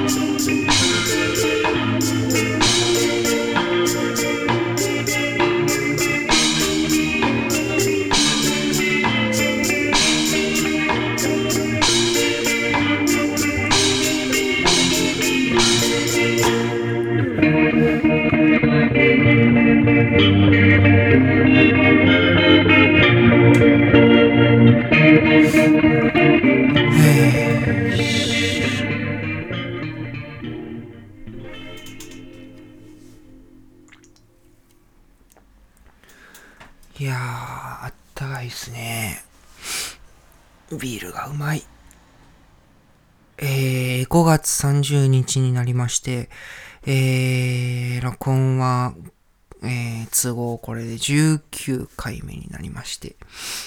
いやー、あったかいっすね。ビールがうまい。5月30日になりまして、録音は、都合これで19回目になりまして、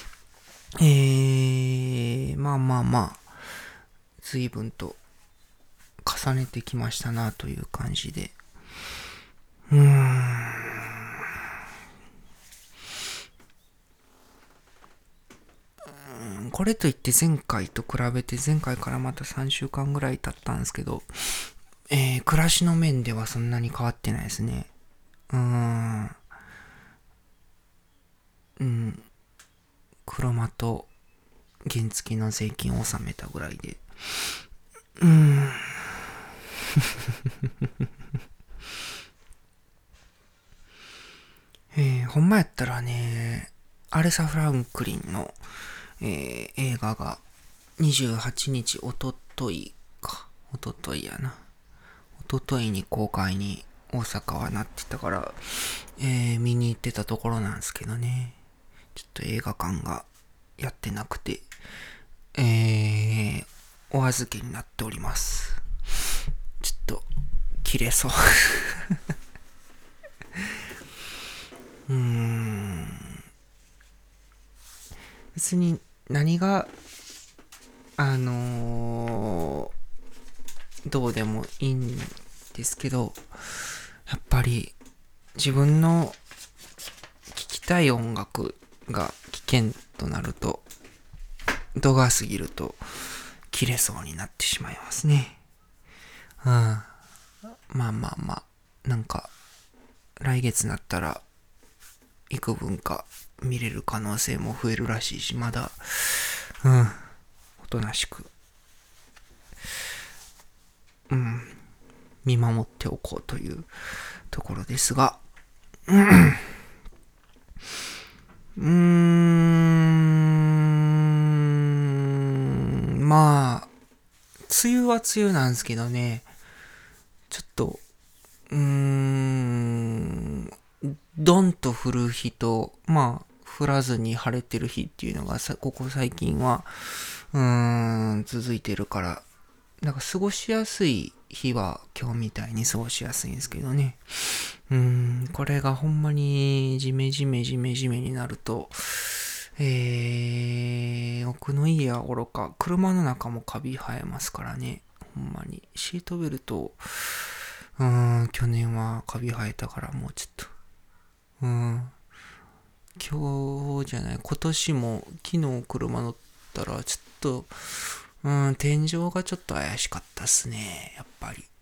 まあまあまあ、随分と重ねてきましたなという感じで。これといって前回と比べて前回からまた3週間ぐらい経ったんですけど、暮らしの面ではそんなに変わってないですね。車と原付の税金を納めたぐらいで。ほんまやったらね、アレサ・フランクリンの、映画が28日、おとといやな。おとといに公開に大阪はなってたから、見に行ってたところなんですけどね。ちょっと映画館がやってなくて、お預けになっております。ちょっと、切れそう。別に何が、どうでもいいんですけど、やっぱり自分の聴きたい音楽が危険となると、度が過ぎると切れそうになってしまいますね。まあまあまあ、なんか来月になったら幾分か見れる可能性も増えるらしいし、まだおとなしく見守っておこうというところですが、まあ梅雨は梅雨なんですけどね、ちょっとドンと降る日と、まあ降らずに晴れてる日っていうのがここ最近は続いてるから、なんか過ごしやすい日は今日みたいに過ごしやすいんですけどね。これがほんまにジメジメになると、奥の家は愚か、車の中もカビ生えますからね。ほんまに。シートベルト、去年はカビ生えたからもうちょっと、今日じゃない、今年も昨日車乗ったらちょっと、天井がちょっと怪しかったっすね、やっぱり。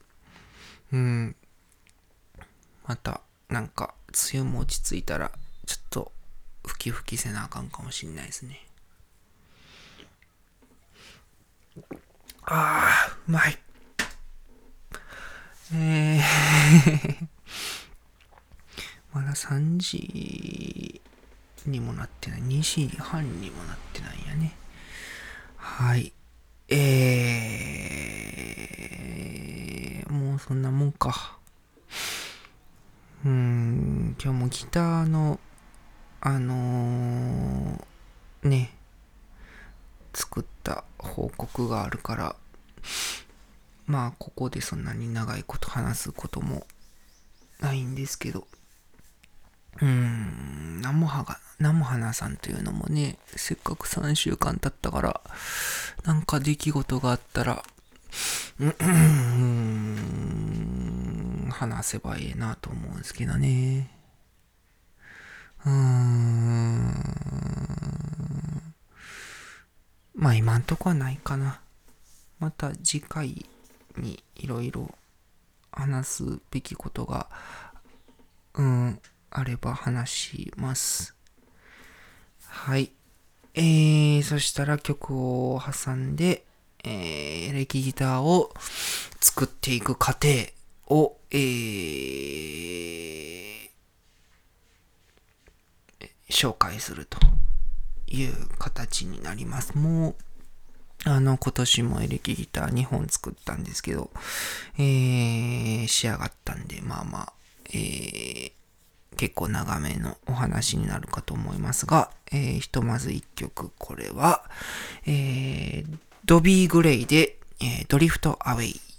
また、なんか、梅雨も落ち着いたら、ちょっと、吹きせなあかんかもしんないですね。うまい。まだ3時にもなってない。2時半にもなってないんやね。はい。もうそんなもんか。今日もギターの、ね、作った報告があるから、まあ、ここでそんなに長いこと話すこともないんですけど、何も話さんというのもね、せっかく3週間経ったから、なんか出来事があったら、話せばいいなと思うんですけどね。まあ今んとこはないかな。また次回にいろいろ話すべきことがあれば話します。はい。そしたら曲を挟んで、エレキギターを作っていく過程を、紹介するという形になります。もう、今年もエレキギター2本作ったんですけど、仕上がったんで、まあまあ、結構長めのお話になるかと思いますが、ひとまず1曲、これは、ドビー・グレイで、ドリフト・アウェイ。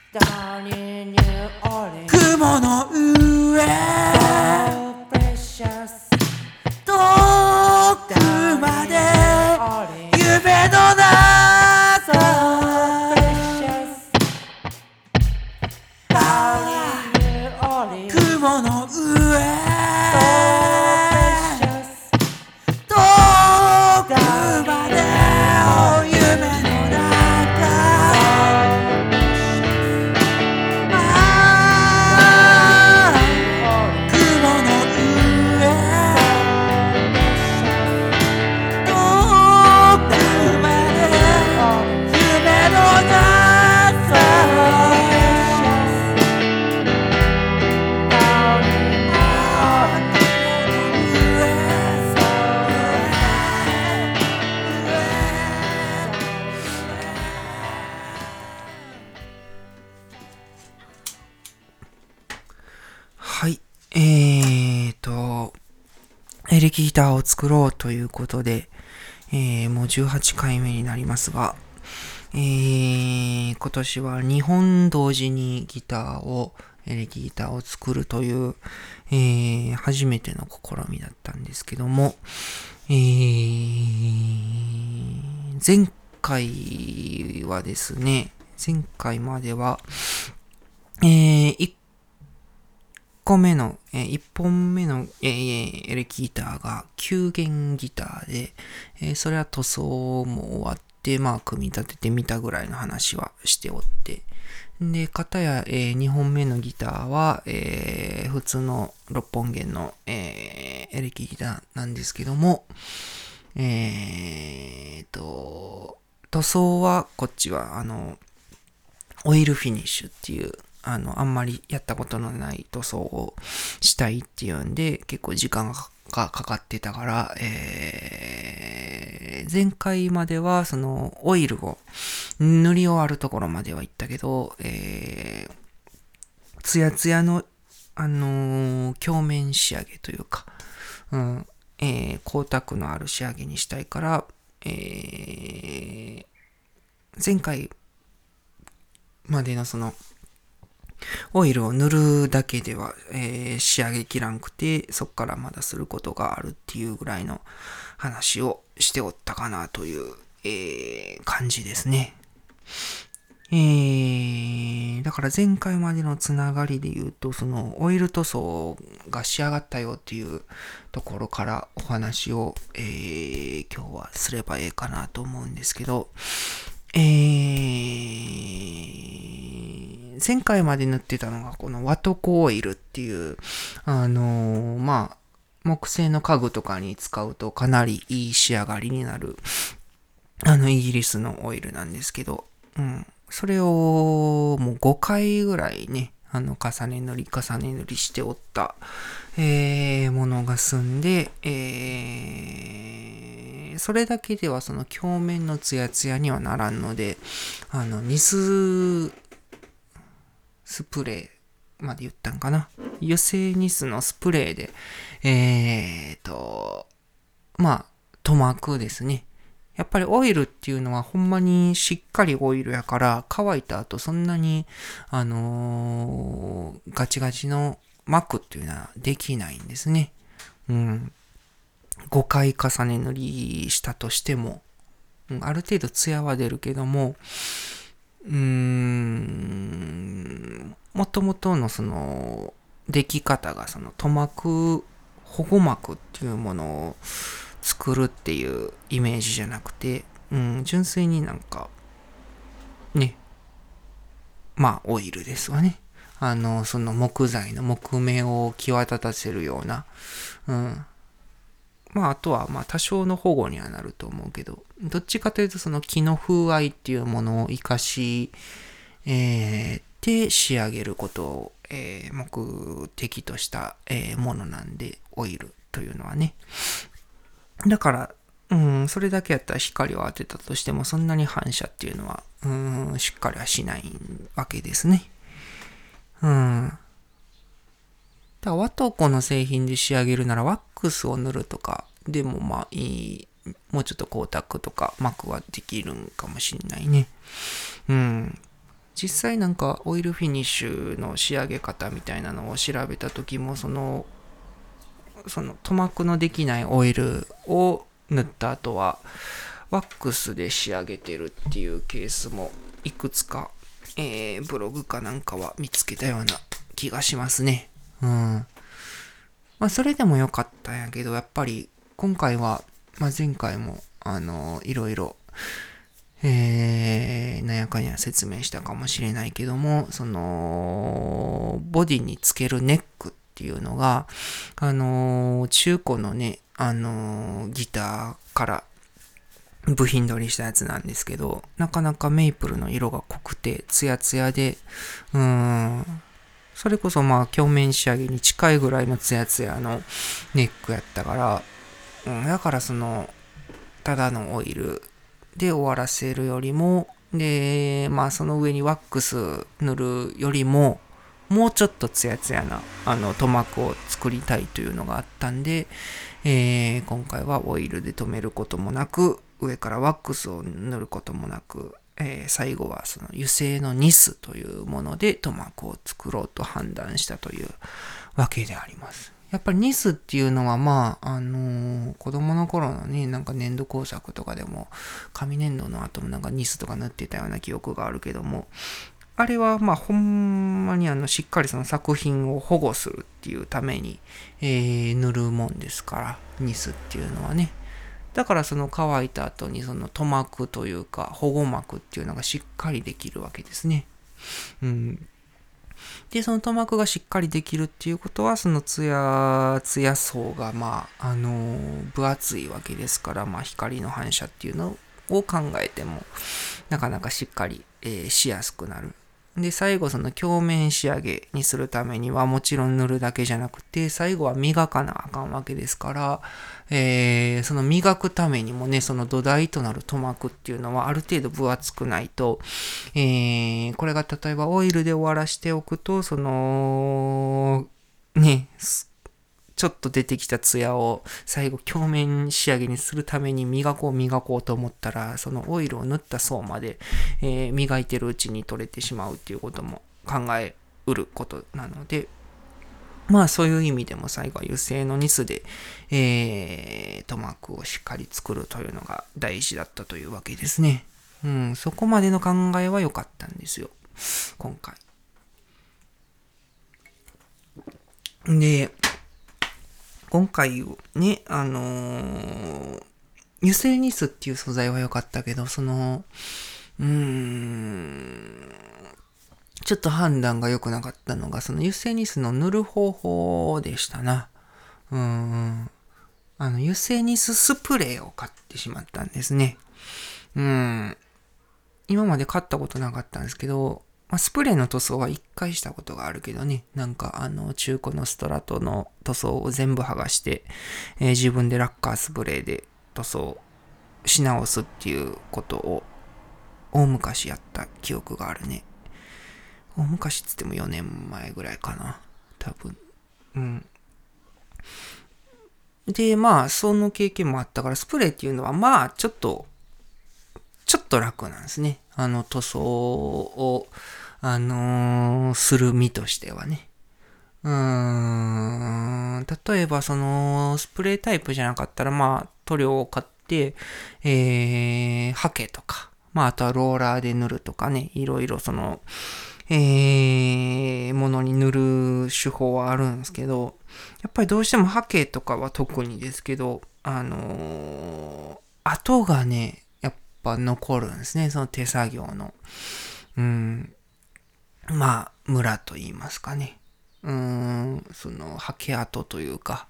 雲の上遠くまで夢の中雲の上遠くまで夢の中はい。エレキギターを作ろうということで、もう18回目になりますが、今年は2本同時にエレキギターを作るという、初めての試みだったんですけども、前回はですね、前回までは、1本目の、エレキギターが9弦ギターで、それは塗装も終わって、組み立ててみたぐらいの話はしておって、で、片や、2本目のギターは、普通の6本弦の、エレキギターなんですけども、塗装はこっちは、オイルフィニッシュっていう、あんまりやったことのない塗装をしたいっていうんで、結構時間がかかってたから、前回まではそのオイルを塗り終わるところまでは行ったけど、ツヤツヤの、鏡面仕上げというか、光沢のある仕上げにしたいから、前回までのそのオイルを塗るだけでは、仕上げきらんくて、そっからまだすることがあるっていうぐらいの話をしておったかなという、感じですね。だから前回までのつながりで言うと、そのオイル塗装が仕上がったよっていうところからお話を、今日はすればいいかなと思うんですけど、前回まで塗ってたのがこのワトコオイルっていう、木製の家具とかに使うとかなりいい仕上がりになる、イギリスのオイルなんですけど、それをもう5回ぐらいね、重ね塗りしておった、ものが済んで、それだけではその表面のツヤツヤにはならんので、ニススプレーまで言ったんかな。油性ニスのスプレーで、塗膜ですね。やっぱりオイルっていうのはほんまにしっかりオイルやから乾いた後そんなに、ガチガチの膜っていうのはできないんですね。5回重ね塗りしたとしても、ある程度ツヤは出るけども、もともとのその出来方がその保護膜っていうものを作るっていうイメージじゃなくて、純粋になんかね、オイルですわね。その木材の木目を際立たせるような、あとは多少の保護にはなると思うけど、どっちかというとその木の風合いっていうものを活かし、で仕上げることを、目的とした、ものなんで、オイルというのはね。だから、それだけやったら光を当てたとしてもそんなに反射っていうのは、しっかりはしないわけですね。だからワトコの製品で仕上げるならワックスを塗るとかでももうちょっと光沢とか膜はできるんかもしんないね。 実際なんかオイルフィニッシュの仕上げ方みたいなのを調べた時も、その塗膜のできないオイルを塗った後はワックスで仕上げてるっていうケースもいくつか、ブログかなんかは見つけたような気がしますね。まあそれでも良かったんやけど、やっぱり今回は、まあ、前回もいろいろなんやかんや説明したかもしれないけども、そのボディにつけるネックっていうのが中古のねギターから部品取りしたやつなんですけど、なかなかメイプルの色が濃くてツヤツヤで、それこそまあ鏡面仕上げに近いぐらいのツヤツヤのネックやったから、だからそのただのオイルで終わらせるよりも、でまあその上にワックス塗るよりももうちょっとツヤツヤな塗膜を作りたいというのがあったんで、今回はオイルで留めることもなく、上からワックスを塗ることもなく、最後はその油性のニスというもので塗膜を作ろうと判断したというわけであります。やっぱりニスっていうのはまあ、子供の頃のね、なんか粘土工作とかでも、紙粘土の後もなんかニスとか塗ってたような記憶があるけども、あれはまあほんまにしっかりその作品を保護するっていうために、塗るもんですから、ニスっていうのはね。だからその乾いた後にその塗膜というか保護膜っていうのがしっかりできるわけですね。で、その塗膜がしっかりできるっていうことは、そのツヤ層がまあ、分厚いわけですから、まあ光の反射っていうのを考えても、なかなかしっかり、しやすくなる。で、最後その鏡面仕上げにするためにはもちろん塗るだけじゃなくて、最後は磨かなあかんわけですから、その磨くためにもね、その土台となる塗膜っていうのはある程度分厚くないと、これが例えばオイルで終わらしておくと、その、ね、ちょっと出てきたツヤを最後鏡面仕上げにするために磨こうと思ったら、そのオイルを塗った層まで、磨いてるうちに取れてしまうっていうことも考えうることなので、まあそういう意味でも最後は油性のニスで、塗膜をしっかり作るというのが大事だったというわけですね。そこまでの考えは良かったんですよ、今回。で、今回ね、油性ニスっていう素材は良かったけど、その、ちょっと判断が良くなかったのが、その油性ニスの塗る方法でしたな。油性ニススプレーを買ってしまったんですね。今まで買ったことなかったんですけど、スプレーの塗装は一回したことがあるけどね、なんか中古のストラトの塗装を全部剥がして、自分でラッカースプレーで塗装し直すっていうことを大昔やった記憶があるね。大昔っつっても4年前ぐらいかな、多分。で、まあその経験もあったから、スプレーっていうのはまあちょっと楽なんですね。塗装をする身としてはね。例えばそのスプレータイプじゃなかったら、まあ塗料を買って、ハケとか、まああとはローラーで塗るとかね、いろいろその、ものに塗る手法はあるんですけど、やっぱりどうしてもハケとかは特にですけど、跡がね、やっぱ残るんですね、その手作業の。まあ、ムラと言いますかね。その、ハケ跡というか、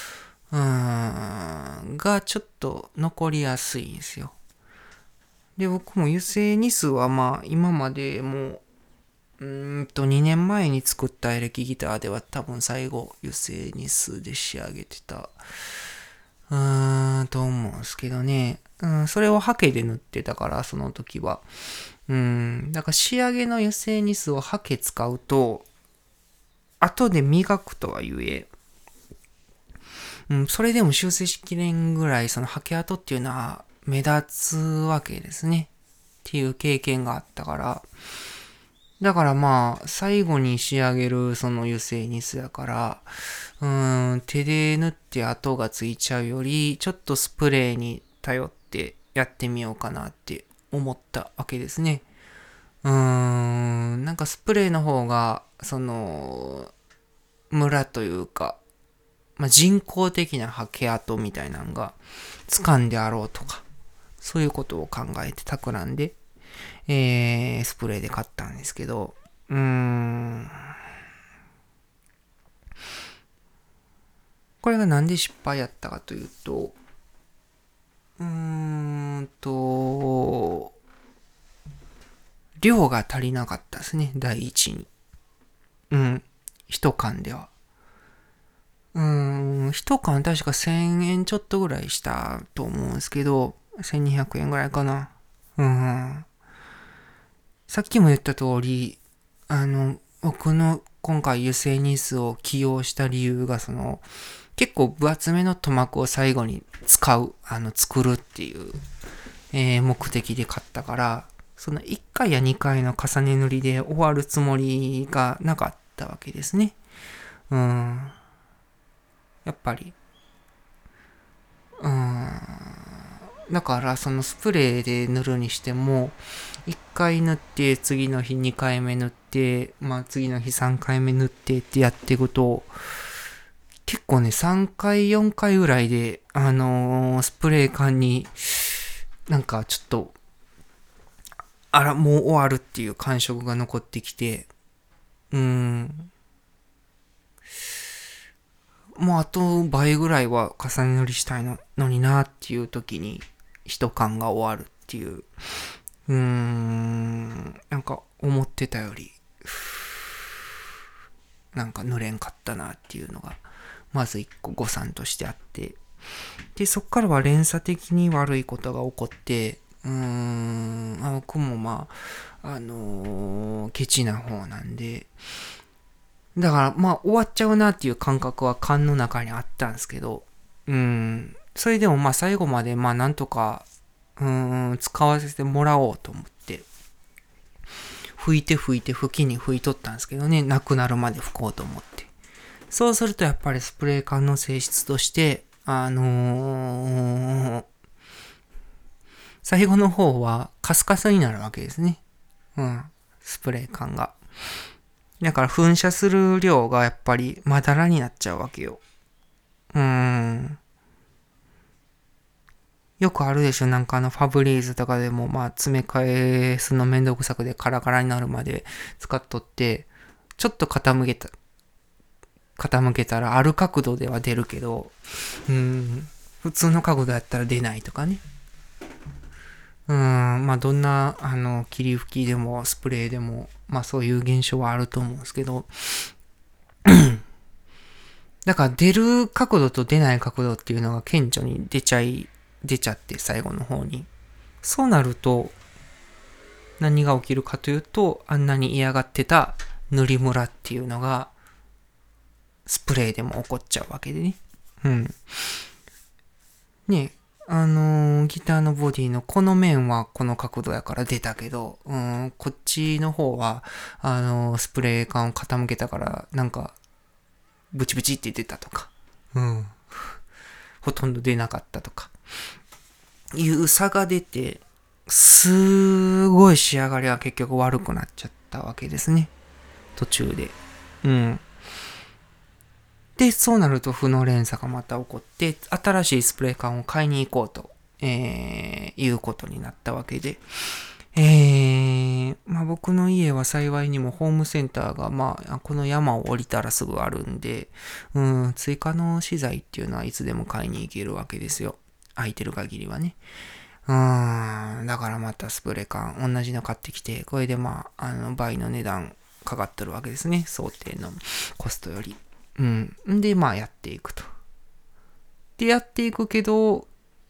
がちょっと残りやすいんですよ。で、僕も油性ニスはまあ、今までも2年前に作ったエレキギターでは多分最後油性ニスで仕上げてた、と思うんですけどね。それをハケで塗ってたから、その時は。だから仕上げの油性ニスをハケ使うと、後で磨くとは言え、それでも修正しきれんぐらい、そのハケ跡っていうのは目立つわけですね。っていう経験があったから、 だからまあ、最後に仕上げるその油性ニスやから、手で塗って跡がついちゃうより、ちょっとスプレーに頼ってやってみようかなって思ったわけですね。なんかスプレーの方が、ムラというか、まあ、人工的なハケ跡みたいなのが掴んであろうとか、そういうことを考えて企んで、スプレーで買ったんですけど、これがなんで失敗やったかというと、量が足りなかったですね、第一に。一缶では。一缶確か1000円ちょっとぐらいしたと思うんですけど、1200円ぐらいかな。さっきも言った通り、僕の今回油性ニスを起用した理由が、結構分厚めの塗膜を最後に作るっていう、目的で買ったから、その1回や2回の重ね塗りで終わるつもりがなかったわけですね。やっぱり。だからそのスプレーで塗るにしても、1回塗って、次の日2回目塗って、まあ次の日3回目塗ってってやっていくと、結構ね、3回4回ぐらいで、スプレー缶になんかちょっと、もう終わるっていう感触が残ってきて、もうあと倍ぐらいは重ね塗りしたいのになっていう時に一缶が終わるっていう。なんか思ってたより、なんか塗れんかったなっていうのが、まず一個誤算としてあって。で、そっからは連鎖的に悪いことが起こって、僕もまあ、ケチな方なんで、だからまあ終わっちゃうなっていう感覚は缶の中にあったんですけど、それでもまあ最後までまあなんとか、使わせてもらおうと思って、拭いて拭きに拭いとったんですけどね、なくなるまで拭こうと思って。そうするとやっぱりスプレー缶の性質として、最後の方はカスカスになるわけですね。スプレー缶が。だから噴射する量がやっぱりまだらになっちゃうわけよ。よくあるでしょ、なんかファブリーズとかでもまあ詰め替えすのめんどくさくでカラカラになるまで使っとって、ちょっと傾けたらある角度では出るけど、普通の角度やったら出ないとかね。まあどんな、霧吹きでもスプレーでも、まあそういう現象はあると思うんですけど、だから出る角度と出ない角度っていうのが顕著に出ちゃって最後の方に。そうなると、何が起きるかというと、あんなに嫌がってた塗りムラっていうのが、スプレーでも起こっちゃうわけでね。ね、ギターのボディのこの面はこの角度やから出たけど、こっちの方は、スプレー缶を傾けたから、なんか、ブチブチって出たとか、ほとんど出なかったとか、いう差が出て、すごい仕上がりは結局悪くなっちゃったわけですね。途中で。で、そうなると負の連鎖がまた起こって、新しいスプレー缶を買いに行こうと、いうことになったわけで、まあ僕の家は幸いにもホームセンターが、まあこの山を降りたらすぐあるんで、追加の資材っていうのはいつでも買いに行けるわけですよ。空いてる限りはね。だからまたスプレー缶同じの買ってきて、これでまあ、倍の値段かかってるわけですね。想定のコストより。で、まあやっていくと。で、やっていくけど、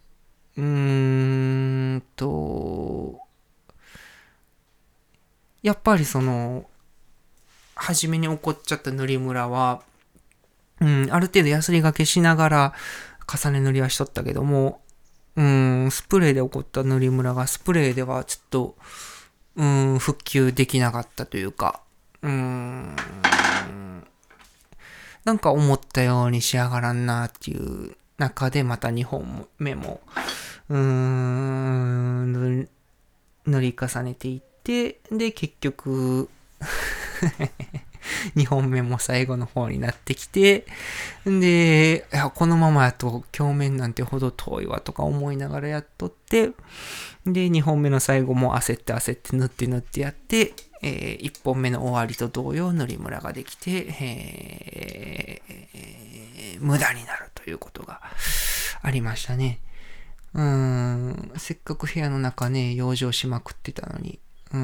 やっぱり初めに起こっちゃった塗りムラは、ある程度ヤスリがけしながら重ね塗りはしとったけども、スプレーで起こった塗りムラがスプレーではちょっと復旧できなかったというか、なんか思ったように仕上がらんなっていう中で、また2本目も、塗り重ねていって、で、結局、2本目も最後の方になってきて、で、いや、このままやと鏡面なんてほど遠いわとか思いながらやっとって、で、2本目の最後も焦って塗ってやって、1本目の終わりと同様塗りムラができて、無駄になるということがありましたね。せっかく部屋の中ね、養生しまくってたのに、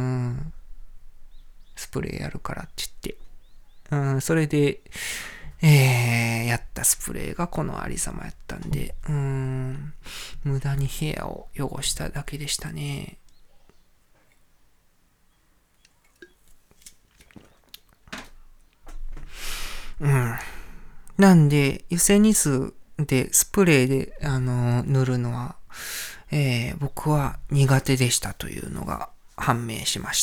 スプレーやるからって言って、それで、やったスプレーがこのありさまやったんで、無駄に部屋を汚しただけでしたね。なんで、油性ニスでスプレーで、塗るのは、僕は苦手でしたというのが判明しました。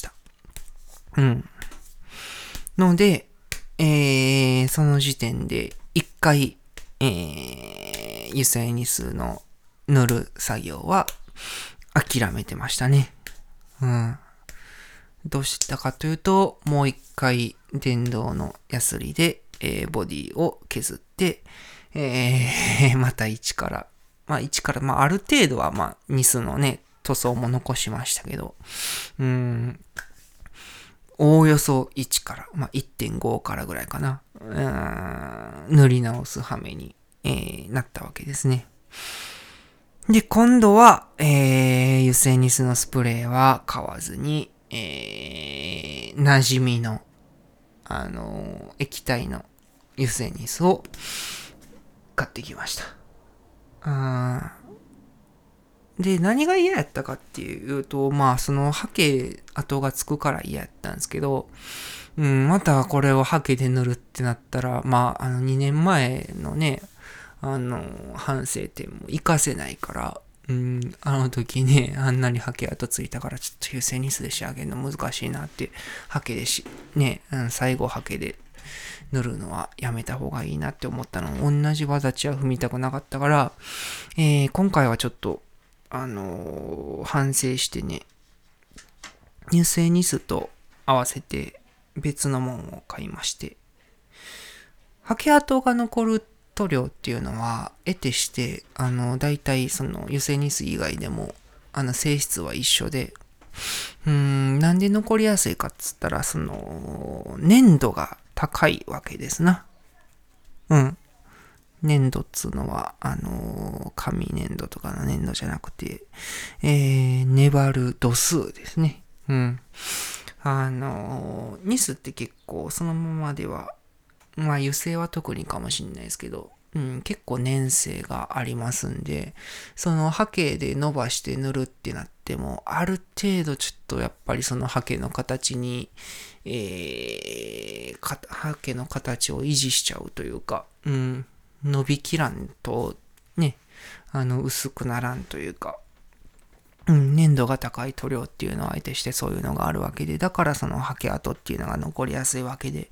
ので、その時点で一回、油性ニスの塗る作業は諦めてましたね。どうしたかというと、もう一回電動のヤスリで、ボディを削って、また一から、ある程度は、ニスのね、塗装も残しましたけど、おおよそ1から、1.5 からぐらいかな、塗り直す羽目に、なったわけですね。で、今度は、油性ニスのスプレーは買わずに、馴染みの、液体の油性ニスを買ってきました。で、何が嫌やったかっていうと、そのハケ跡がつくから嫌やったんですけど、またこれをハケで塗るってなったら、2年前のね、反省点も活かせないから、あの時ね、あんなにハケ跡ついたからちょっと油性ニスで仕上げるの難しいなって、ハケで最後ハケで塗るのはやめた方がいいなって思ったの。同じ技ちは踏みたくなかったから、今回はちょっと、反省してね、油性ニスと合わせて別のものを買いまして、ハケ跡が残る塗料っていうのは、得てして、大体その油性ニス以外でも、性質は一緒で、なんで残りやすいかっつったら、その、粘度が高いわけですな。粘土っつうのは、紙粘土とかの粘土じゃなくて、粘る度数ですね。ニスって結構そのままでは、油性は特にかもしれないですけど、結構粘性がありますんで、そのハケで伸ばして塗るってなっても、ある程度ちょっとやっぱりそのハケの形に、ハケの形を維持しちゃうというか、伸びきらんとね、薄くならんというか、粘度が高い塗料っていうのは相手してそういうのがあるわけで、だからそのハケ跡っていうのが残りやすいわけで、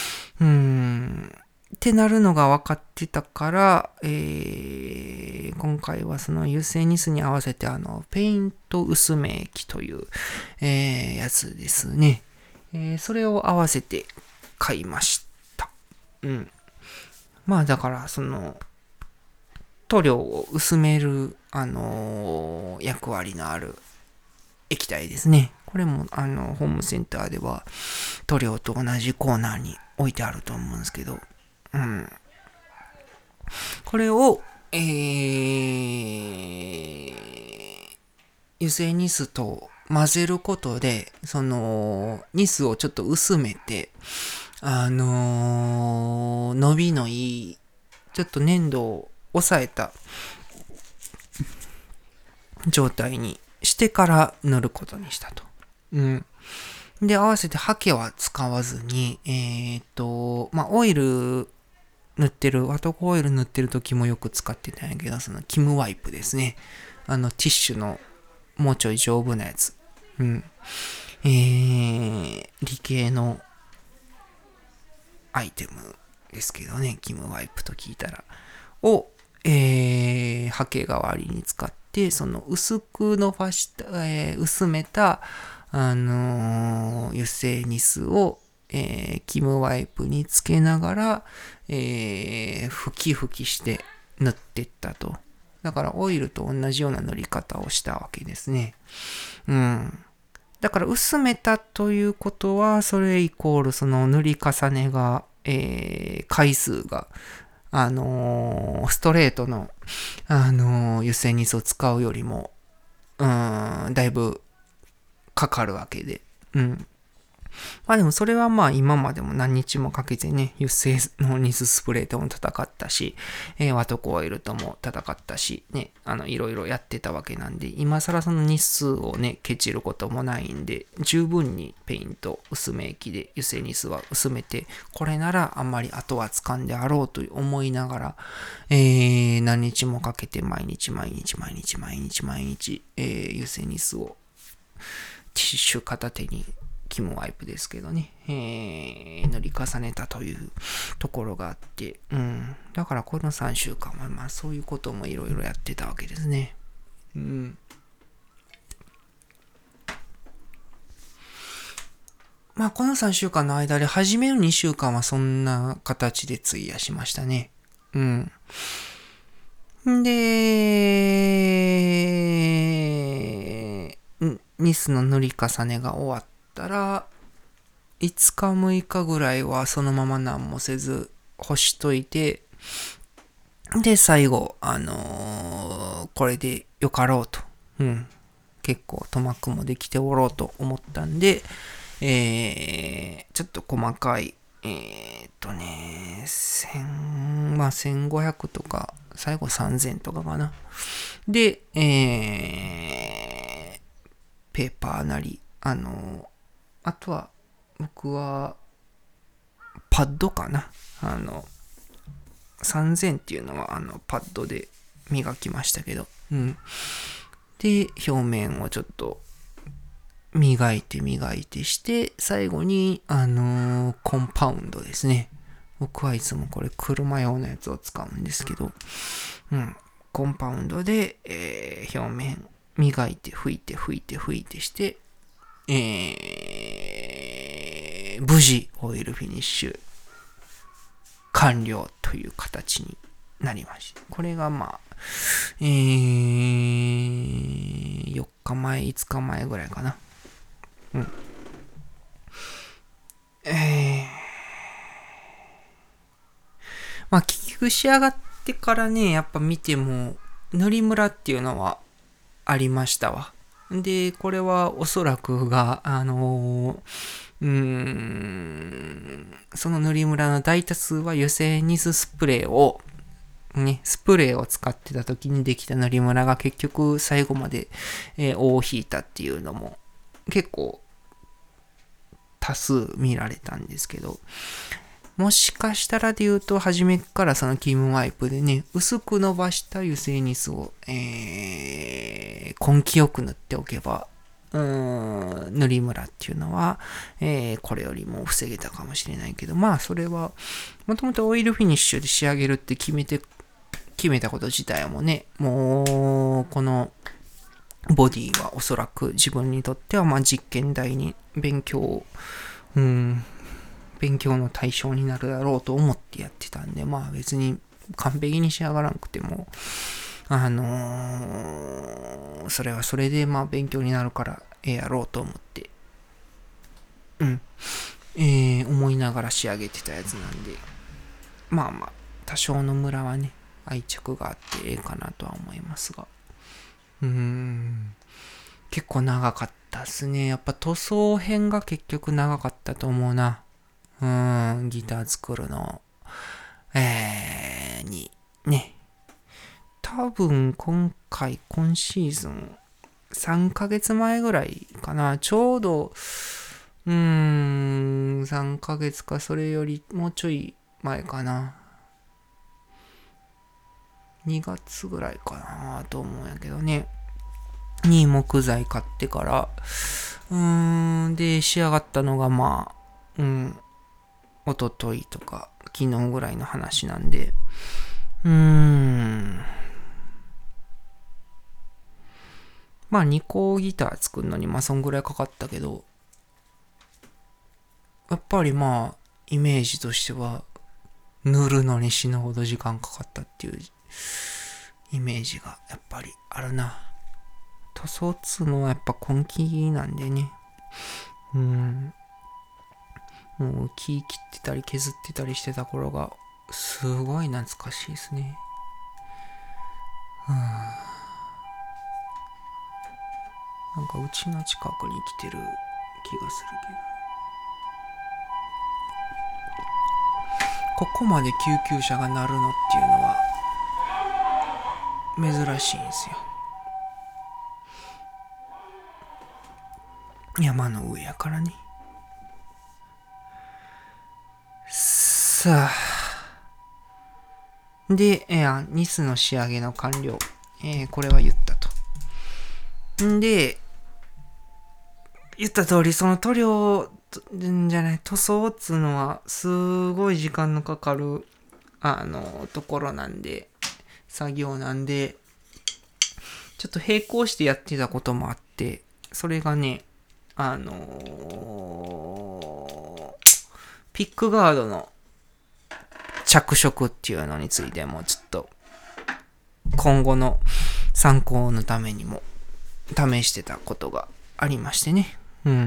ってなるのが分かってたから、今回はその油性ニスに合わせてペイント薄め液という、やつですね。それを合わせて買いました。だからその塗料を薄める、役割のある液体ですね。これもホームセンターでは塗料と同じコーナーに置いてあると思うんですけど、これを、油性ニスと混ぜることで、そのニスをちょっと薄めて、伸びのいい、ちょっと粘度を抑えた状態にしてから塗ることにしたと。で、合わせてハケは使わずに、オイル塗ってる、ワトコオイル塗ってる時もよく使ってたんやけど、そのキムワイプですね。ティッシュのもうちょい丈夫なやつ。 理系のアイテムですけどね、キムワイプと聞いたら、を、ハケ代わりに使って、その薄く伸ばした、薄めた、油性ニスを、キムワイプにつけながら、吹き吹きして塗っていったと。だからオイルと同じような塗り方をしたわけですね。うん。だから薄めたということは、それイコールその塗り重ねが、回数が、ストレートの、油性ニスを使うよりも、だいぶかかるわけで。うん。まあでもそれはまあ今までも何日もかけてね、油性のニススプレーとも戦ったし、ワトコオイルとも戦ったし、ね、いろいろやってたわけなんで、今更その日数をね、ケチることもないんで、十分にペイント、薄め液で油性ニスは薄めて、これならあんまり後はつかんであろうと思いながら、何日もかけて毎日、油性ニスをティッシュ片手にキムワイプですけどね、塗り重ねたというところがあって、だからこの3週間はまあそういうこともいろいろやってたわけですね。まあこの3週間の間で初めの2週間はそんな形で費やしましたね。で、ニスの塗り重ねが終わったら、5日6日ぐらいはそのまま何もせず干しといて、で、最後、これでよかろうと。結構塗膜もできておろうと思ったんで、ちょっと細かい、1500とか、最後3000とかかな。で、ペーパーなり、あとは、僕は、パッドかな。3000っていうのは、パッドで磨きましたけど。で、表面をちょっと、磨いてして、最後に、コンパウンドですね。僕はいつもこれ車用のやつを使うんですけど、コンパウンドで、表面磨いて拭いてして、無事オイルフィニッシュ完了という形になりました。これがまあ、4日前、5日前ぐらいかな。まあ結局仕上がってからね、やっぱ見ても塗りムラっていうのはありましたわ。で、これはおそらくが、その塗りムラの大多数は油性ニススプレーを使ってた時にできた塗りムラが結局最後まで、尾を引いたっていうのも結構多数見られたんですけど、もしかしたらで言うと、初めからそのキムワイプでね、薄く伸ばした油性ニスを、根気よく塗っておけば、塗りムラっていうのは、これよりも防げたかもしれないけど、まあそれは、もともとオイルフィニッシュで仕上げるって決めたこと自体もね、もう、この、ボディはおそらく自分にとっては、まあ実験台に勉強の対象になるだろうと思ってやってたんで、まあ別に完璧に仕上がらなくても、それはそれでまあ勉強になるからやろうと思って、思いながら仕上げてたやつなんで、まあまあ多少のムラはね、愛着があってかなとは思いますが、結構長かったっすね。やっぱ塗装編が結局長かったと思うな。ギター作るの、に、ね。多分今シーズン、3ヶ月前ぐらいかな。ちょうど、3ヶ月かそれよりもうちょい前かな。2月ぐらいかなと思うんやけどね。に木材買ってから、 で、仕上がったのが一昨日とか昨日ぐらいの話なんで、2個ギター作るのにそんぐらいかかったけど、やっぱりイメージとしては、塗るのに死ぬほど時間かかったっていうイメージがやっぱりあるな。塗装っつうのはやっぱ根気なんでね。もう木切ってたり削ってたりしてた頃がすごい懐かしいですね。なんかうちの近くに来てる気がするけど。ここまで救急車が鳴るのっていうのは珍しいんですよ。山の上やからね。さあ。で、ニスの仕上げの完了。これは言ったと。んで、言った通り、その塗料塗装っつうのは、すごい時間のかかる、ところなんで、作業なんで、ちょっと並行してやってたこともあって、それがね、ピックガードの着色っていうのについてもちょっと今後の参考のためにも試してたことがありましてね。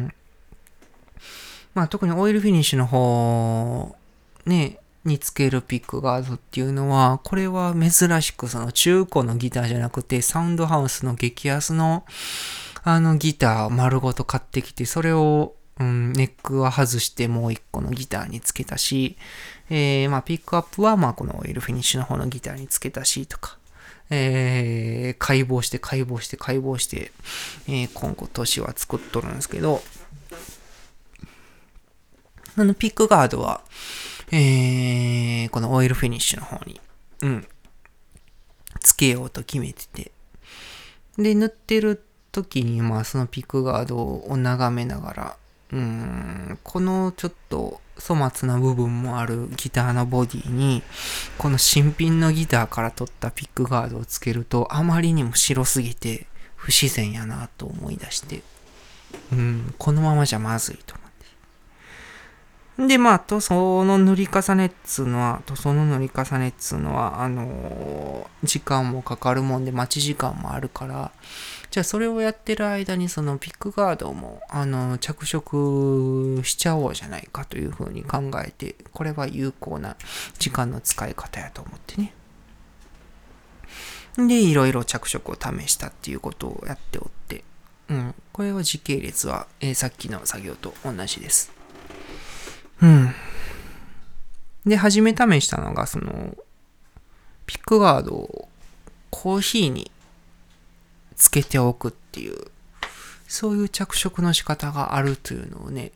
特にオイルフィニッシュの方ねにつけるピックガードっていうのは、これは珍しくその中古のギターじゃなくてサウンドハウスの激安のギター丸ごと買ってきて、それをネックは外してもう一個のギターにつけたし、ピックアップはこのオイルフィニッシュの方のギターにつけたしとか、解剖して、今後年は作っとるんですけど、ピックガードは、このオイルフィニッシュの方に、つけようと決めてて、で、塗ってる時にそのピックガードを眺めながら、このちょっと粗末な部分もあるギターのボディにこの新品のギターから取ったピックガードをつけるとあまりにも白すぎて不自然やなと思い出して、このままじゃまずいと思って。で塗装の塗り重ねっつうのは時間もかかるもんで待ち時間もあるから、じゃあそれをやってる間にそのピックガードも着色しちゃおうじゃないかというふうに考えて、これは有効な時間の使い方やと思ってね。で、いろいろ着色を試したっていうことをやっておって、これは時系列は、さっきの作業と同じです。で、初め試したのがそのピックガードをコーヒーにつけておくっていう、そういう着色の仕方があるというのをね、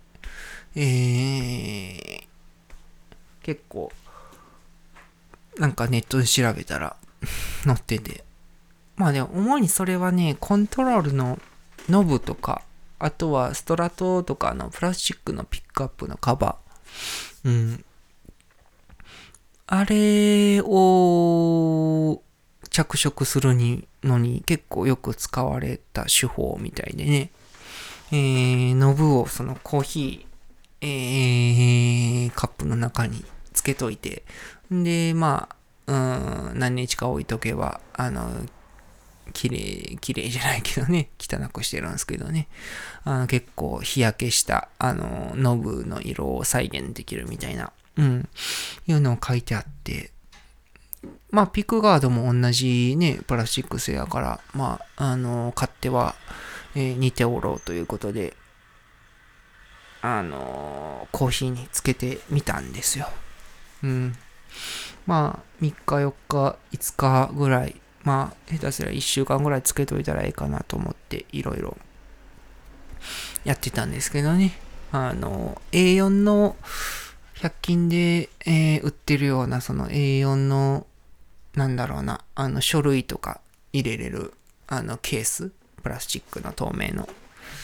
結構なんかネットで調べたら載ってて、主にそれはね、コントロールのノブとか、あとはストラトとかのプラスチックのピックアップのカバー、あれを着色するのに結構よく使われた手法みたいでね、ノブをそのコーヒー、カップの中につけといて、で何日か置いとけば綺麗じゃないけどね、汚くしてるんですけどね、結構日焼けしたノブの色を再現できるみたいな、いうのを書いてあって、ピックガードも同じねプラスチック製やから、買っては、似ておろうということでコーヒーにつけてみたんですよ。3日4日5日ぐらい、下手すりゃ1週間ぐらいつけといたらいいかなと思っていろいろやってたんですけどね、A4 の100均で、売ってるようなその A4 の書類とか入れれるケース、プラスチックの透明の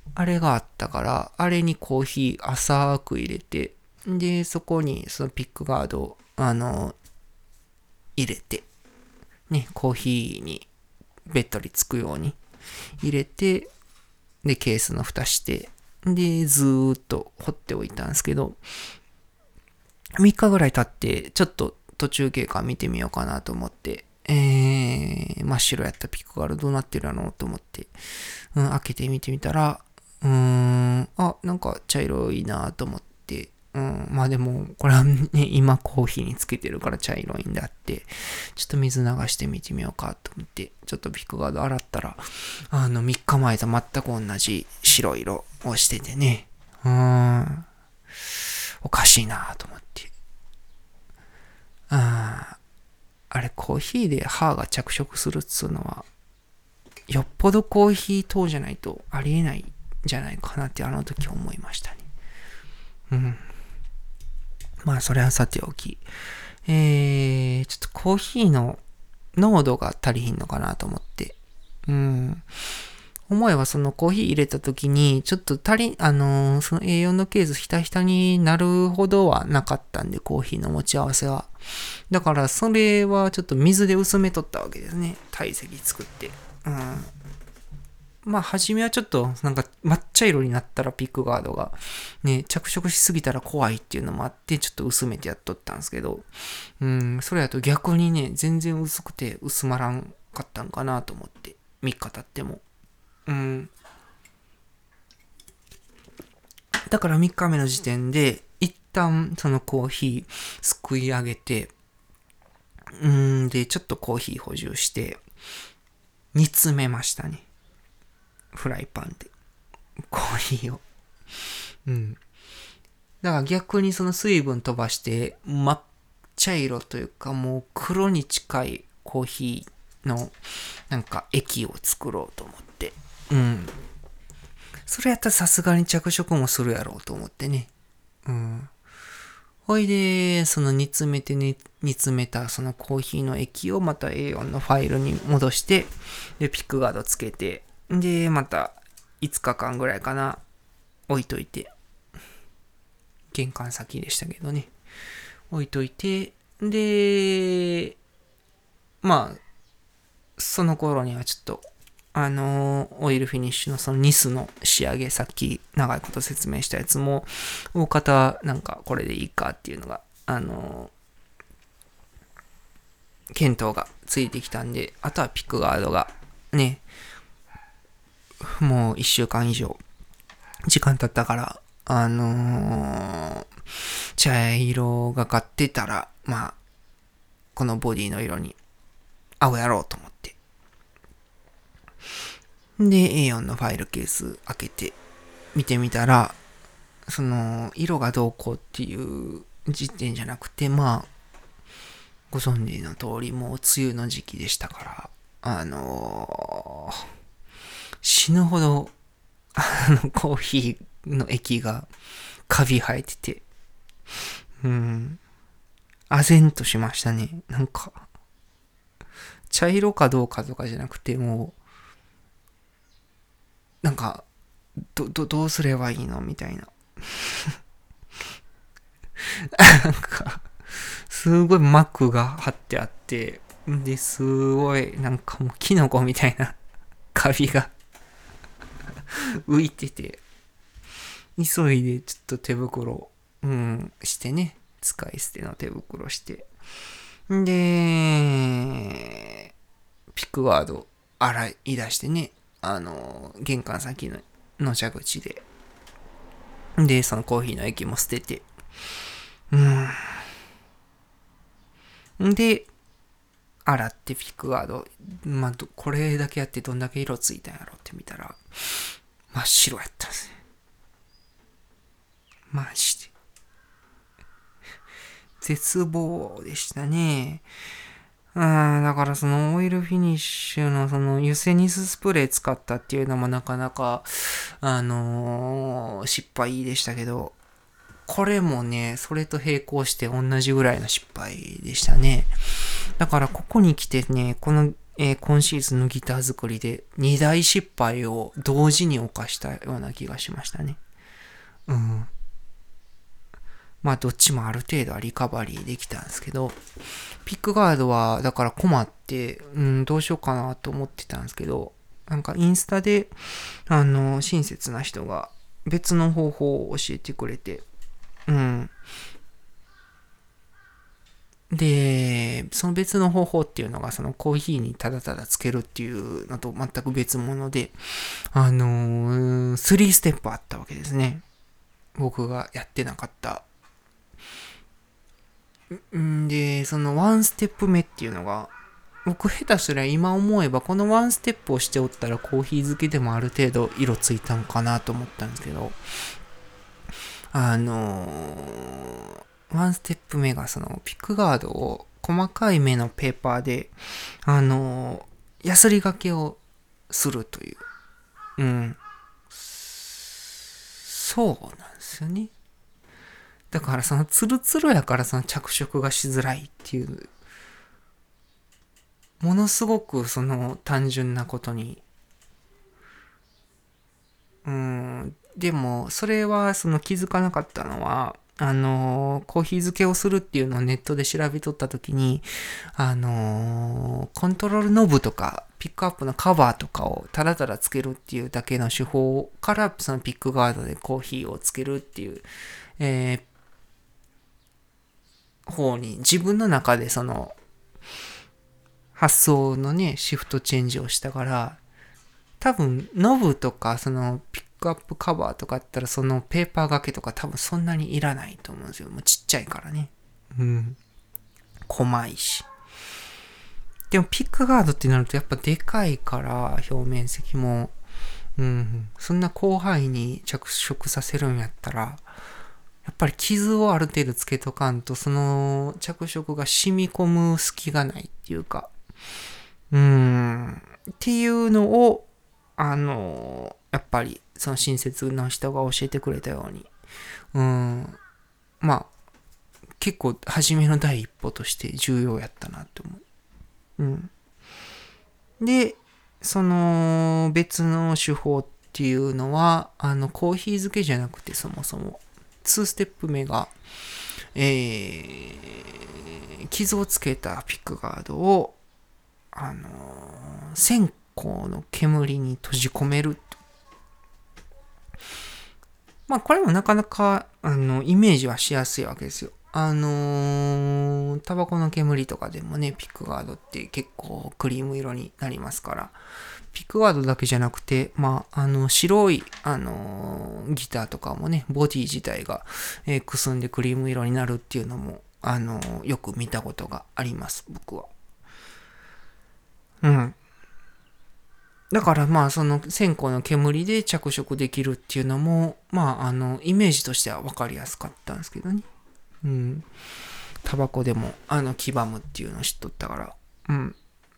あれがあったから、あれにコーヒー浅く入れて、で、そこにそのピックガードを、入れて、ね、コーヒーにべっとりつくように入れて、で、ケースの蓋して、で、ずーっと掘っておいたんですけど、3日ぐらい経って、ちょっと途中経過見てみようかなと思って、真っ白やったピックガードどうなってるやろうと思って、開けてみてみたら、なんか茶色いなと思って、まあでも、これはね、今コーヒーにつけてるから茶色いんであって、ちょっと水流してみてみようかと思って、ちょっとピックガード洗ったら、3日前と全く同じ白色をしててね、おかしいなと思って。あれコーヒーで歯が着色するっつうのは、よっぽどコーヒー糖じゃないとありえないんじゃないかなってあの時思いましたね。まあそれはさておき。ちょっとコーヒーの濃度が足りひんのかなと思って。思えばそのコーヒー入れた時に、ちょっとその A4 のケースひたひたになるほどはなかったんで、コーヒーの持ち合わせは。だからそれはちょっと水で薄めとったわけですね。体積作って。まあ、初めはちょっと、なんか、抹茶色になったらピックガードが、ね、着色しすぎたら怖いっていうのもあって、ちょっと薄めてやっとったんですけど、それだと逆にね、全然薄くて薄まらんかったんかなと思って、3日経っても。だから3日目の時点で、一旦そのコーヒーすくい上げて、で、ちょっとコーヒー補充して、煮詰めましたね。フライパンで。コーヒーを。だから逆にその水分飛ばして、抹茶色というかもう黒に近いコーヒーのなんか液を作ろうと思って。それやったらさすがに着色もするやろうと思ってね。ほいで、その煮詰めたそのコーヒーの液をまた A4 のファイルに戻して、で、ピックガードつけて、で、また5日間ぐらいかな、置いといて、玄関先でしたけどね、置いといて、で、まあ、その頃にはちょっと、オイルフィニッシュのそのニスの仕上げ、さっき長いこと説明したやつも、大方なんかこれでいいかっていうのが、検討がついてきたんで、あとはピックガードがね、もう1週間以上時間経ったから、茶色がかってたら、まあ、このボディの色に合うやろうと思って。で、A4 のファイルケース開けて見てみたら、その、色がどうこうっていう時点じゃなくて、まあ、ご存知の通り、もう梅雨の時期でしたから、死ぬほど、コーヒーの液がカビ生えてて、唖然としましたね。なんか、茶色かどうかとかじゃなくて、もう、なんか、どうすればいいのみたいな。なんか、すごい膜が張ってあって、で、すごい、なんかもうキノコみたいなカビが浮いてて、急いでちょっと手袋、してね、使い捨ての手袋して、で、ピックガード洗い出してね、玄関先の蛇口で、で、そのコーヒーの液も捨てて、で、洗ってピックガード、まあ、これだけやってどんだけ色ついたんやろって見たら、真っ白やったんですね。マジで。絶望でしたね。だからそのオイルフィニッシュのそのユセニススプレー使ったっていうのもなかなか、失敗でしたけど、これもね、それと並行して同じぐらいの失敗でしたね。だからここに来てね、この今シーズンのギター作りで2大失敗を同時に犯したような気がしましたね。うん。まあどっちもある程度はリカバリーできたんですけど、ピックガードはだから困って、どうしようかなと思ってたんですけど、なんかインスタで、親切な人が別の方法を教えてくれて、うん。で、その別の方法っていうのが、そのコーヒーにただただつけるっていうのと全く別物で、3ステップあったわけですね。僕がやってなかった。で、その1ステップ目っていうのが、僕下手すりゃ今思えばこの1ステップをしておったらコーヒー好きでもある程度色ついたんかなと思ったんですけど、ワンステップ目がそのピックガードを細かい目のペーパーで、ヤスリがけをするという。うん。そうなんですよね。だからそのツルツルやからその着色がしづらいっていう、ものすごくその単純なことに、でもそれはその気づかなかったのは、コーヒー漬けをするっていうのをネットで調べとったときに、コントロールノブとか、ピックアップのカバーとかをただただつけるっていうだけの手法から、そのピックガードでコーヒーをつけるっていう、方に、自分の中でその、発想のね、シフトチェンジをしたから、多分、ノブとか、その、ピックアップカバーとかだったら、そのペーパー掛けとか多分そんなにいらないと思うんですよ。もうちっちゃいからね。うん。細いし。でも、ピックガードってなるとやっぱでかいから、表面積も。うん。そんな広範囲に着色させるんやったら、やっぱり傷をある程度つけとかんと、その着色が染み込む隙がないっていうか、っていうのを、やっぱり、その親切な人が教えてくれたように、まあ、結構、初めの第一歩として重要やったなって思う。で、その、別の手法っていうのは、コーヒー漬けじゃなくて、そもそも、2ステップ目が、傷をつけたピックガードを、線香の煙に閉じ込める。まあ、これもなかなか、イメージはしやすいわけですよ。タバコの煙とかでもね、ピックガードって結構クリーム色になりますから、ピックガードだけじゃなくて、まあ、白い、ギターとかもね、ボディ自体が、くすんでクリーム色になるっていうのも、よく見たことがあります、僕は。うん。だからまあその線香の煙で着色できるっていうのも、まあイメージとしては分かりやすかったんですけどね。うん。タバコでも黄ばむっていうのを知っとったから。うん。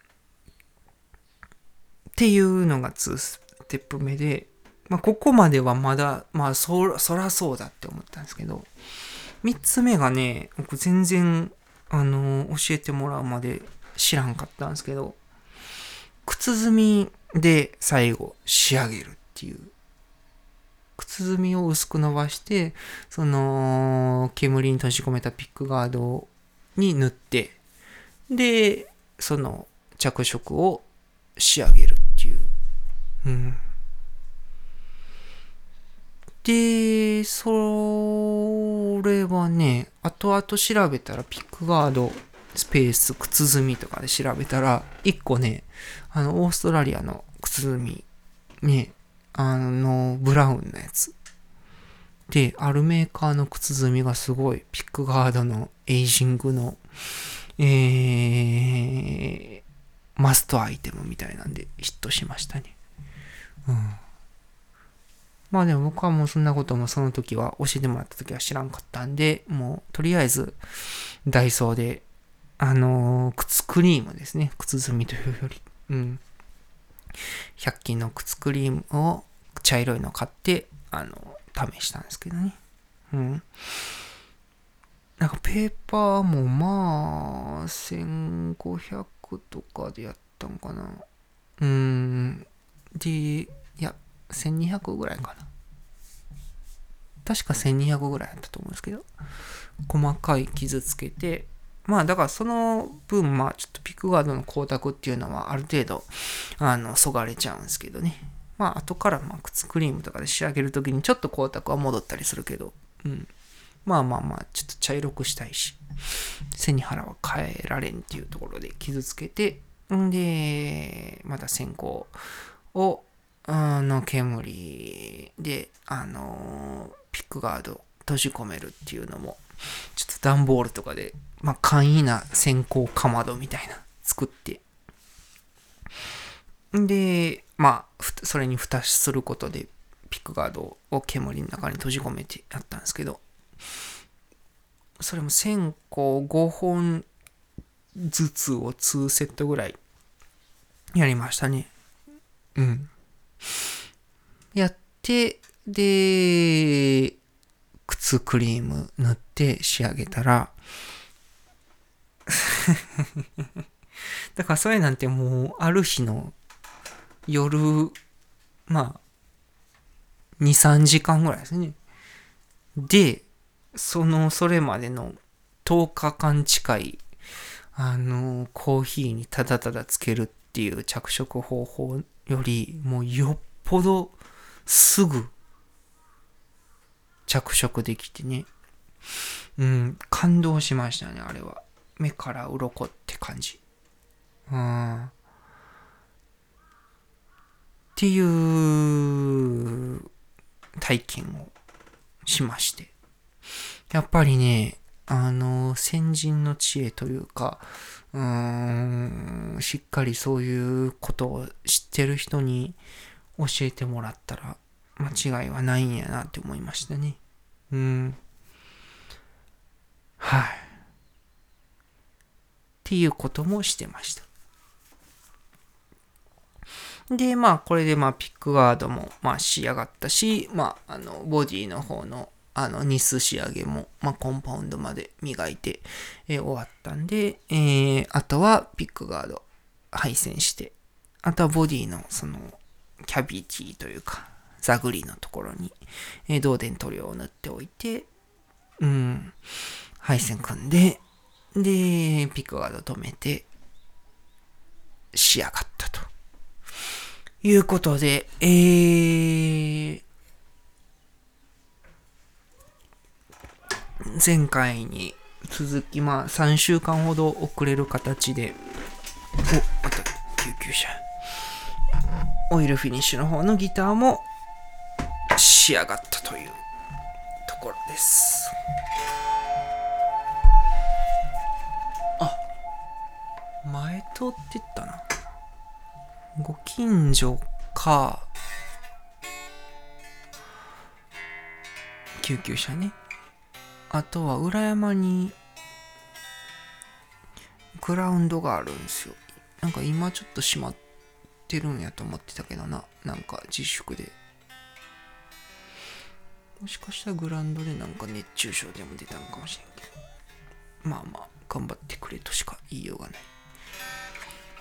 っていうのが2ステップ目で、まあここまではまだ、まあそらそうだって思ったんですけど、3つ目がね、僕全然、教えてもらうまで知らんかったんですけど、靴積みで最後仕上げるっていう。靴積みを薄く伸ばして、その、煙に閉じ込めたピックガードに塗って、で、その着色を仕上げるっていう。うん。で、それはね、後々調べたらピックガードスペース靴積みとかで調べたら、一個ね、オーストラリアの靴積み、ね、ブラウンのやつ。で、あるメーカーの靴積みがすごい、ピックガードのエイジングの、マストアイテムみたいなんでヒットしましたね。うん。まあでも僕はもうそんなこともその時は教えてもらった時は知らんかったんで、もうとりあえずダイソーで、靴クリームですね。靴積みというより。うん。100均の靴クリームを茶色いの買って、試したんですけどね。うん。なんかペーパーもまあ、1500とかでやったんかな。で、いや、1200ぐらいかな。確か1200ぐらいだったと思うんですけど、細かい傷つけて、まあだからその分、まあちょっとピックガードの光沢っていうのはある程度、そがれちゃうんですけどね。まあ後から靴クリームとかで仕上げるときにちょっと光沢は戻ったりするけど、まあ、ちょっと茶色くしたいし、背に腹は変えられんっていうところで傷つけて、で、また線香を、の煙で、ピックガード閉じ込めるっていうのも、ちょっと段ボールとかで、簡易な線香かまどみたいな作って、で、それに蓋することで、ピックガードを煙の中に閉じ込めてやったんですけど、それも線香5本ずつを2セットぐらいやりましたね。やって、で、靴クリーム塗って仕上げたら、だからそれなんてもうある日の夜、2、3時間ぐらいですね。で、それまでの10日間近い、コーヒーにただただつけるっていう着色方法より、もうよっぽどすぐ着色できてね。感動しましたね、あれは。目から鱗って感じ。っていう体験をしまして。やっぱりね、先人の知恵というか、しっかりそういうことを知ってる人に教えてもらったら間違いはないんやなって思いましたね。はい。っていうこともしてました。で、これでピックガードも仕上がったし、ボディの方のニス仕上げも、コンパウンドまで磨いて、終わったんで、あとはピックガード配線して、あとはボディのそのキャビティというか、ザグリのところに、導電塗料を塗っておいて、配線組んで、で、ピックガード止めて、仕上がったと。いうことで、前回に続き、3週間ほど遅れる形で、また救急車。オイルフィニッシュの方のギターも仕上がったというところです。前通ってったな。ご近所か、救急車ね。あとは裏山にグラウンドがあるんですよ。なんか今ちょっと閉まってるんやと思ってたけどな。なんか自粛で。もしかしたらグラウンドでなんか熱中症でも出たのかもしれんけど。頑張ってくれとしか言いようがない。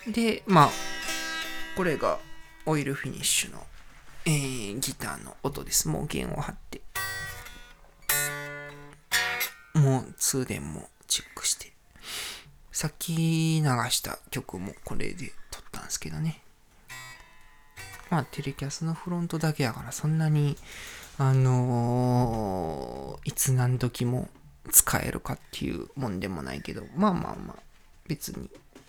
で、これがオイルフィニッシュの、ギターの音です。もう弦を張って。もう通電もチェックして。さっき流した曲もこれで撮ったんですけどね。テレキャスのフロントだけやからそんなに、いつ何時も使えるかっていうもんでもないけど、別に、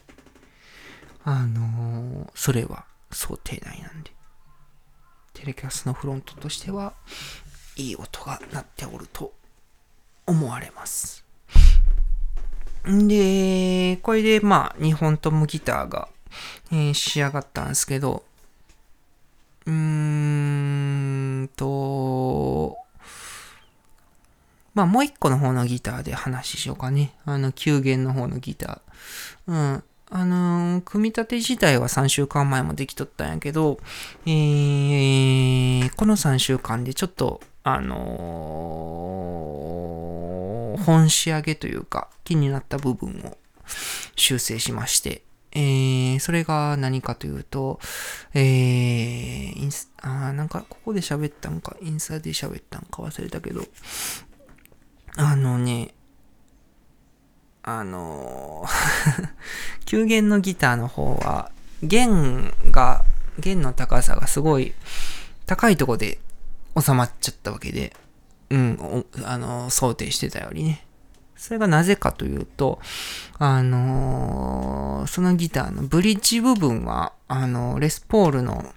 それは想定内なんで。テレキャスのフロントとしてはいい音が鳴っておると思われます。で、これで2本ともギターが、仕上がったんですけど、もう一個の方のギターで話しようかね。9弦の方のギター。組み立て自体は3週間前もできとったんやけど、この3週間でちょっと、本仕上げというか、気になった部分を修正しまして、 それが何かというと、なんかここで喋ったんか、インスタで喋ったんか忘れたけど、9弦のギターの方は、弦の高さがすごい高いところで収まっちゃったわけで、想定してたよりね。それがなぜかというと、そのギターのブリッジ部分は、レスポールの、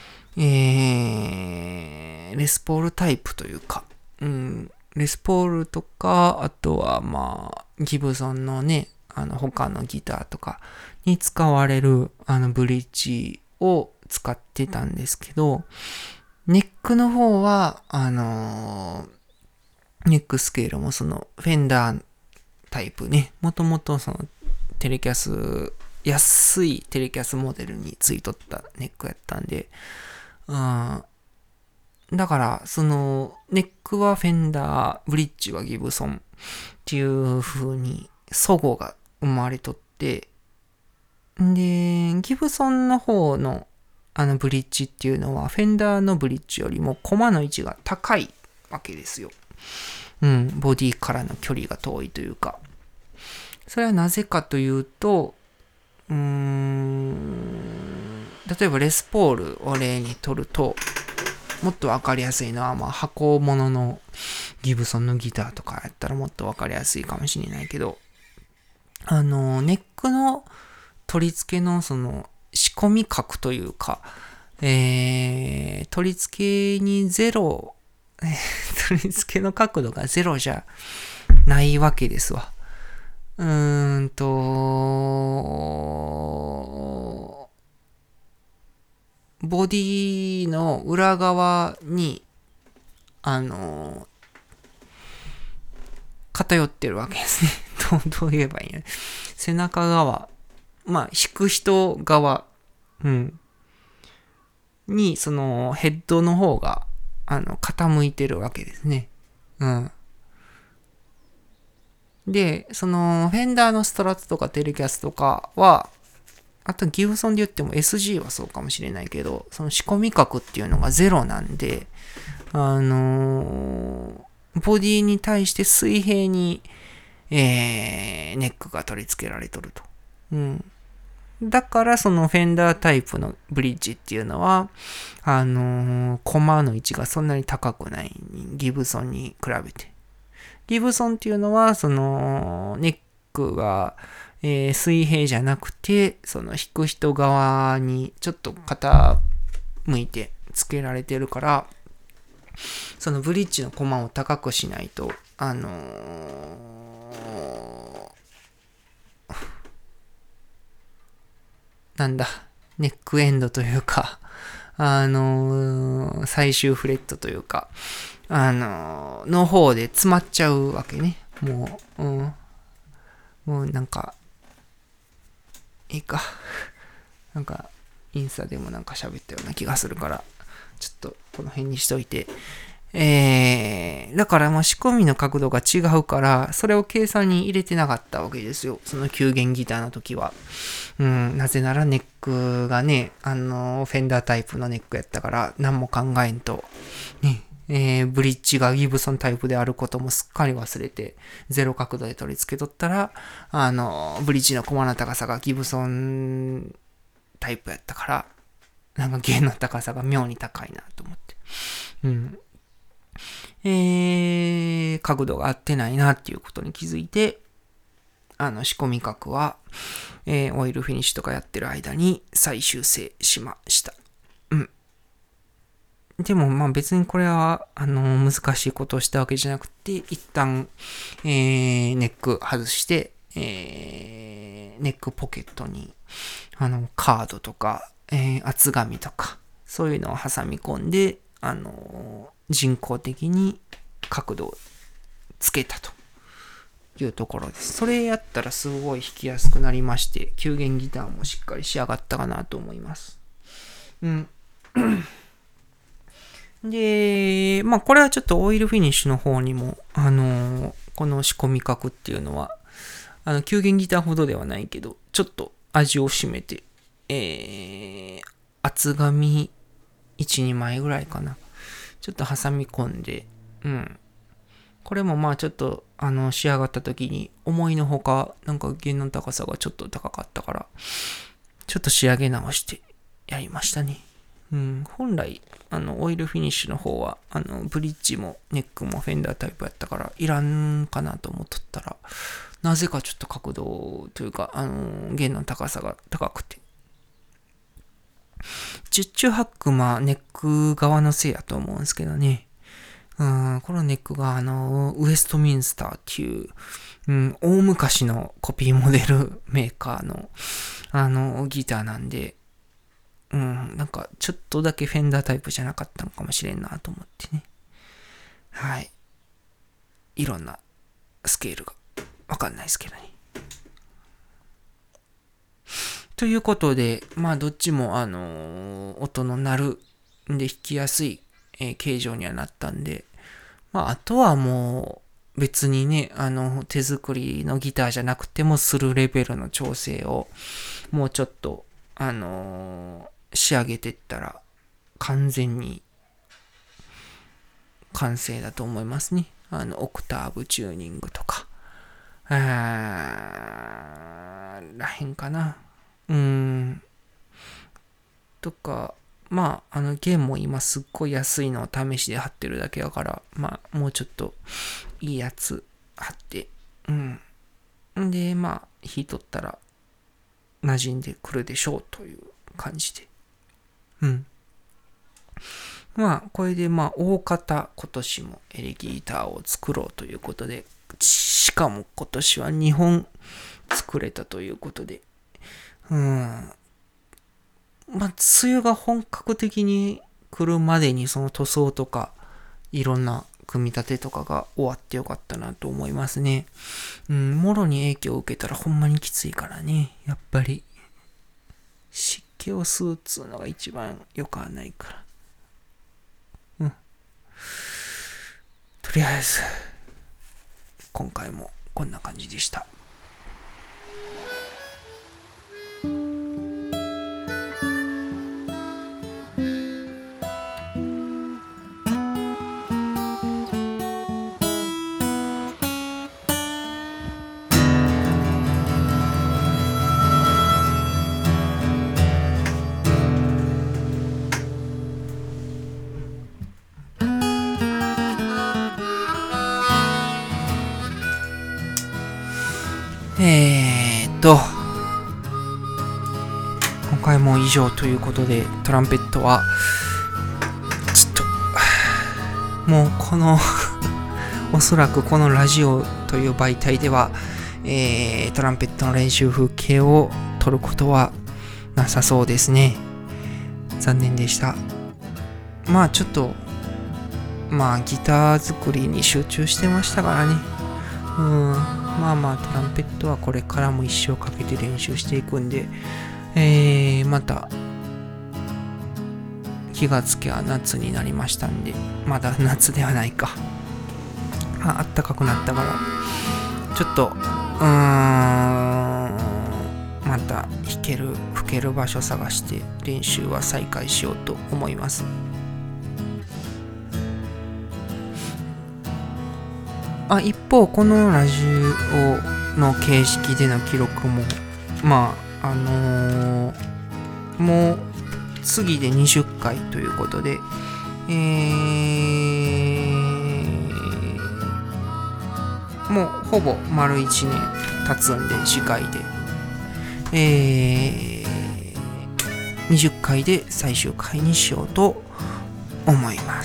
レスポールタイプというか、レスポールとか、あとはギブソンのね、他のギターとかに使われる、ブリッジを使ってたんですけど、ネックの方は、ネックスケールもそのフェンダータイプね、もともとそのテレキャス、安いテレキャスモデルについとったネックやったんで、だからそのネックはフェンダー、ブリッジはギブソンっていう風に齟齬が生まれとって、で、ギブソンの方のブリッジっていうのはフェンダーのブリッジよりもコマの位置が高いわけですよ。ボディからの距離が遠いというか。それはなぜかというと、例えばレスポールを例にとると、もっとわかりやすいのは、箱物のギブソンのギターとかやったらもっとわかりやすいかもしれないけど、ネックの取り付けのその仕込み角というか、取り付けに取り付けの角度がゼロじゃないわけですわ。ボディの裏側に、偏ってるわけですね。どう言えばいいんや。背中側、弾く人側、に、そのヘッドの方が、傾いてるわけですね。で、その、フェンダーのストラットとかテレキャスとかは、あとギブソンで言っても SG はそうかもしれないけど、その仕込み角っていうのがゼロなんで、ボディに対して水平に、ネックが取り付けられとると。だからそのフェンダータイプのブリッジっていうのは、コマの位置がそんなに高くないギブソンに比べて。ギブソンっていうのは、そのネックが、水平じゃなくて、その弾く人側にちょっと傾いて付けられてるから、そのブリッジのコマを高くしないと、ネックエンドというか、最終フレットというか、の方で詰まっちゃうわけね。もうなんか、いいか。なんか、インスタでもなんか喋ったような気がするから、ちょっとこの辺にしといて。だから仕込みの角度が違うから、それを計算に入れてなかったわけですよ。その9弦ギターの時は。なぜならネックがね、フェンダータイプのネックやったから、何も考えんと、ね、ブリッジがギブソンタイプであることもすっかり忘れて、ゼロ角度で取り付けとったら、ブリッジのコマの高さがギブソンタイプやったから、なんか弦の高さが妙に高いなと思って。角度が合ってないなっていうことに気づいて、仕込み角は、オイルフィニッシュとかやってる間に再修正しました。でも別にこれは難しいことをしたわけじゃなくて、一旦、ネック外して、ネックポケットにカードとか、厚紙とかそういうのを挟み込んで人工的に角度をつけたというところです。それやったらすごい弾きやすくなりまして、9弦ギターもしっかり仕上がったかなと思います。で、これはちょっとオイルフィニッシュの方にも、この仕込み角っていうのは、9弦ギターほどではないけど、ちょっと味を占めて、厚紙1、2枚ぐらいかな。ちょっと挟み込んで、これもまあちょっと、仕上がった時に、思いのほか、なんか弦の高さがちょっと高かったから、ちょっと仕上げ直してやりましたね。本来、オイルフィニッシュの方は、ブリッジもネックもフェンダータイプやったから、いらんかなと思っとったら、なぜかちょっと角度というか、弦の高さが高くて。十中八九、ネック側のせいやと思うんですけどね。このネックがウエストミンスターっていう、大昔のコピーモデルメーカーの、ギターなんで、なんかちょっとだけフェンダータイプじゃなかったのかもしれんなと思ってね。はい。いろんなスケールがわかんないですけどね。ということで、どっちも音の鳴るんで弾きやすい、形状にはなったんで、あとはもう別にね、手作りのギターじゃなくてもするレベルの調整をもうちょっと、仕上げてったら完全に完成だと思いますね。オクターブチューニングとか、らへんかな。とか、弦も今すっごい安いのを試しで貼ってるだけだから、もうちょっといいやつ貼って、で、弾いとったら馴染んでくるでしょうという感じで。これで大方今年もエレキギターを作ろうということで、しかも今年は2本作れたということで、梅雨が本格的に来るまでにその塗装とかいろんな組み立てとかが終わってよかったなと思いますね。もろに影響を受けたらほんまにきついからね。やっぱり湿気を吸うっつうのが一番よくはないから。とりあえず今回もこんな感じでした。今回も以上ということで、トランペットはちょっともうこのおそらくこのラジオという媒体では、トランペットの練習風景を撮ることはなさそうですね。残念でした。ちょっとギター作りに集中してましたからね。トランペットはこれからも一生かけて練習していくんで、また気がつけば夏になりましたんで、まだ夏ではないか。あったかくなったからちょっとまた弾ける吹ける場所探して練習は再開しようと思います。一方このラジオの形式での記録ももう次で20回ということで、もうほぼ丸1年経つんで次回で、20回で最終回にしようと思います。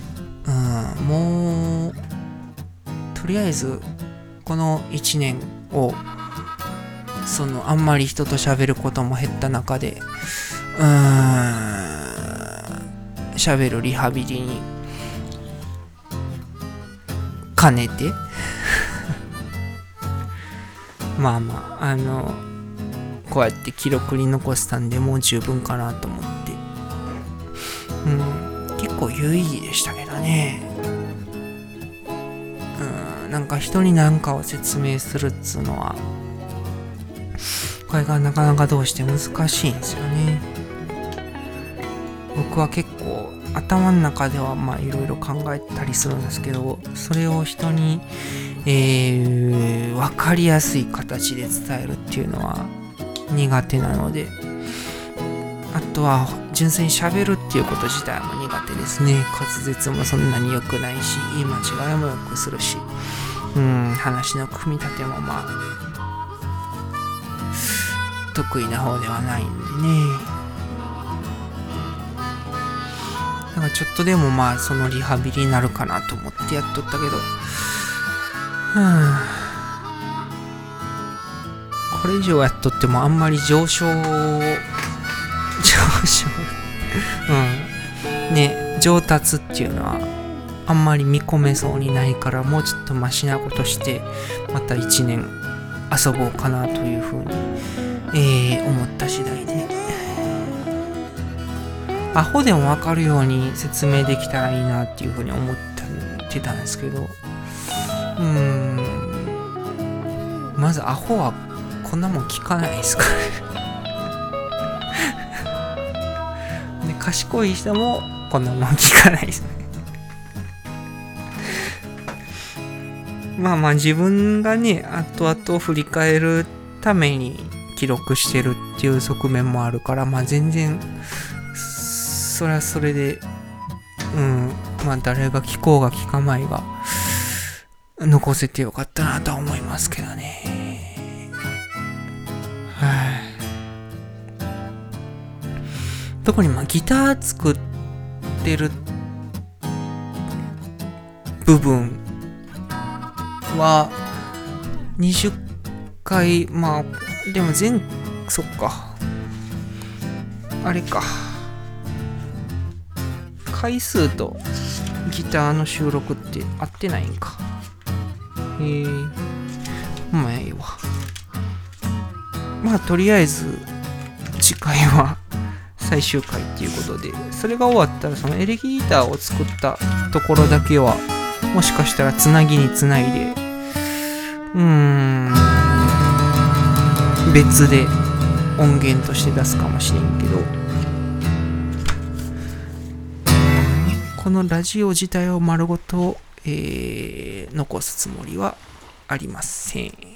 もうとりあえずこの1年をあんまり人と喋ることも減った中で喋るリハビリに兼ねてこうやって記録に残したんでもう十分かなと思って、結構有意義でしたけどね。なんか人に何かを説明するっつうのはこれがなかなかどうして難しいんですよね。僕は結構頭の中ではまあいろいろ考えたりするんですけど、それを人に、分かりやすい形で伝えるっていうのは苦手なので、あとは純粋に喋るっていうこと自体も苦手ですね。滑舌もそんなに良くないし、言い間違いもよくするし、話の組み立てもまあ得意な方ではないんでね。だからちょっとでもまあそのリハビリになるかなと思ってやっとったけど、これ以上やっとってもあんまり上昇上達っていうのはあんまり見込めそうにないから、もうちょっとマシなことしてまた1年遊ぼうかなというふうに、思った次第で、アホでも分かるように説明できたらいいなっていうふうに思ってたんですけど、まずアホはこんなもん聞かないですからで、賢い人もこんなもん聞かないですねまあ自分がね、後々振り返るために記録してるっていう側面もあるから、全然それはそれで誰が聞こうが聞かまいが残せてよかったなとは思いますけどね。特にギター作ってる部分は20回、でもそっか、あれか、回数とギターの収録って合ってないんか。ええわ。とりあえず次回は最終回っていうことで、それが終わったらそのエレキギターを作ったところだけはもしかしたらつなぎにつないで別で音源として出すかもしれんけど、このラジオ自体を丸ごと、残すつもりはありません。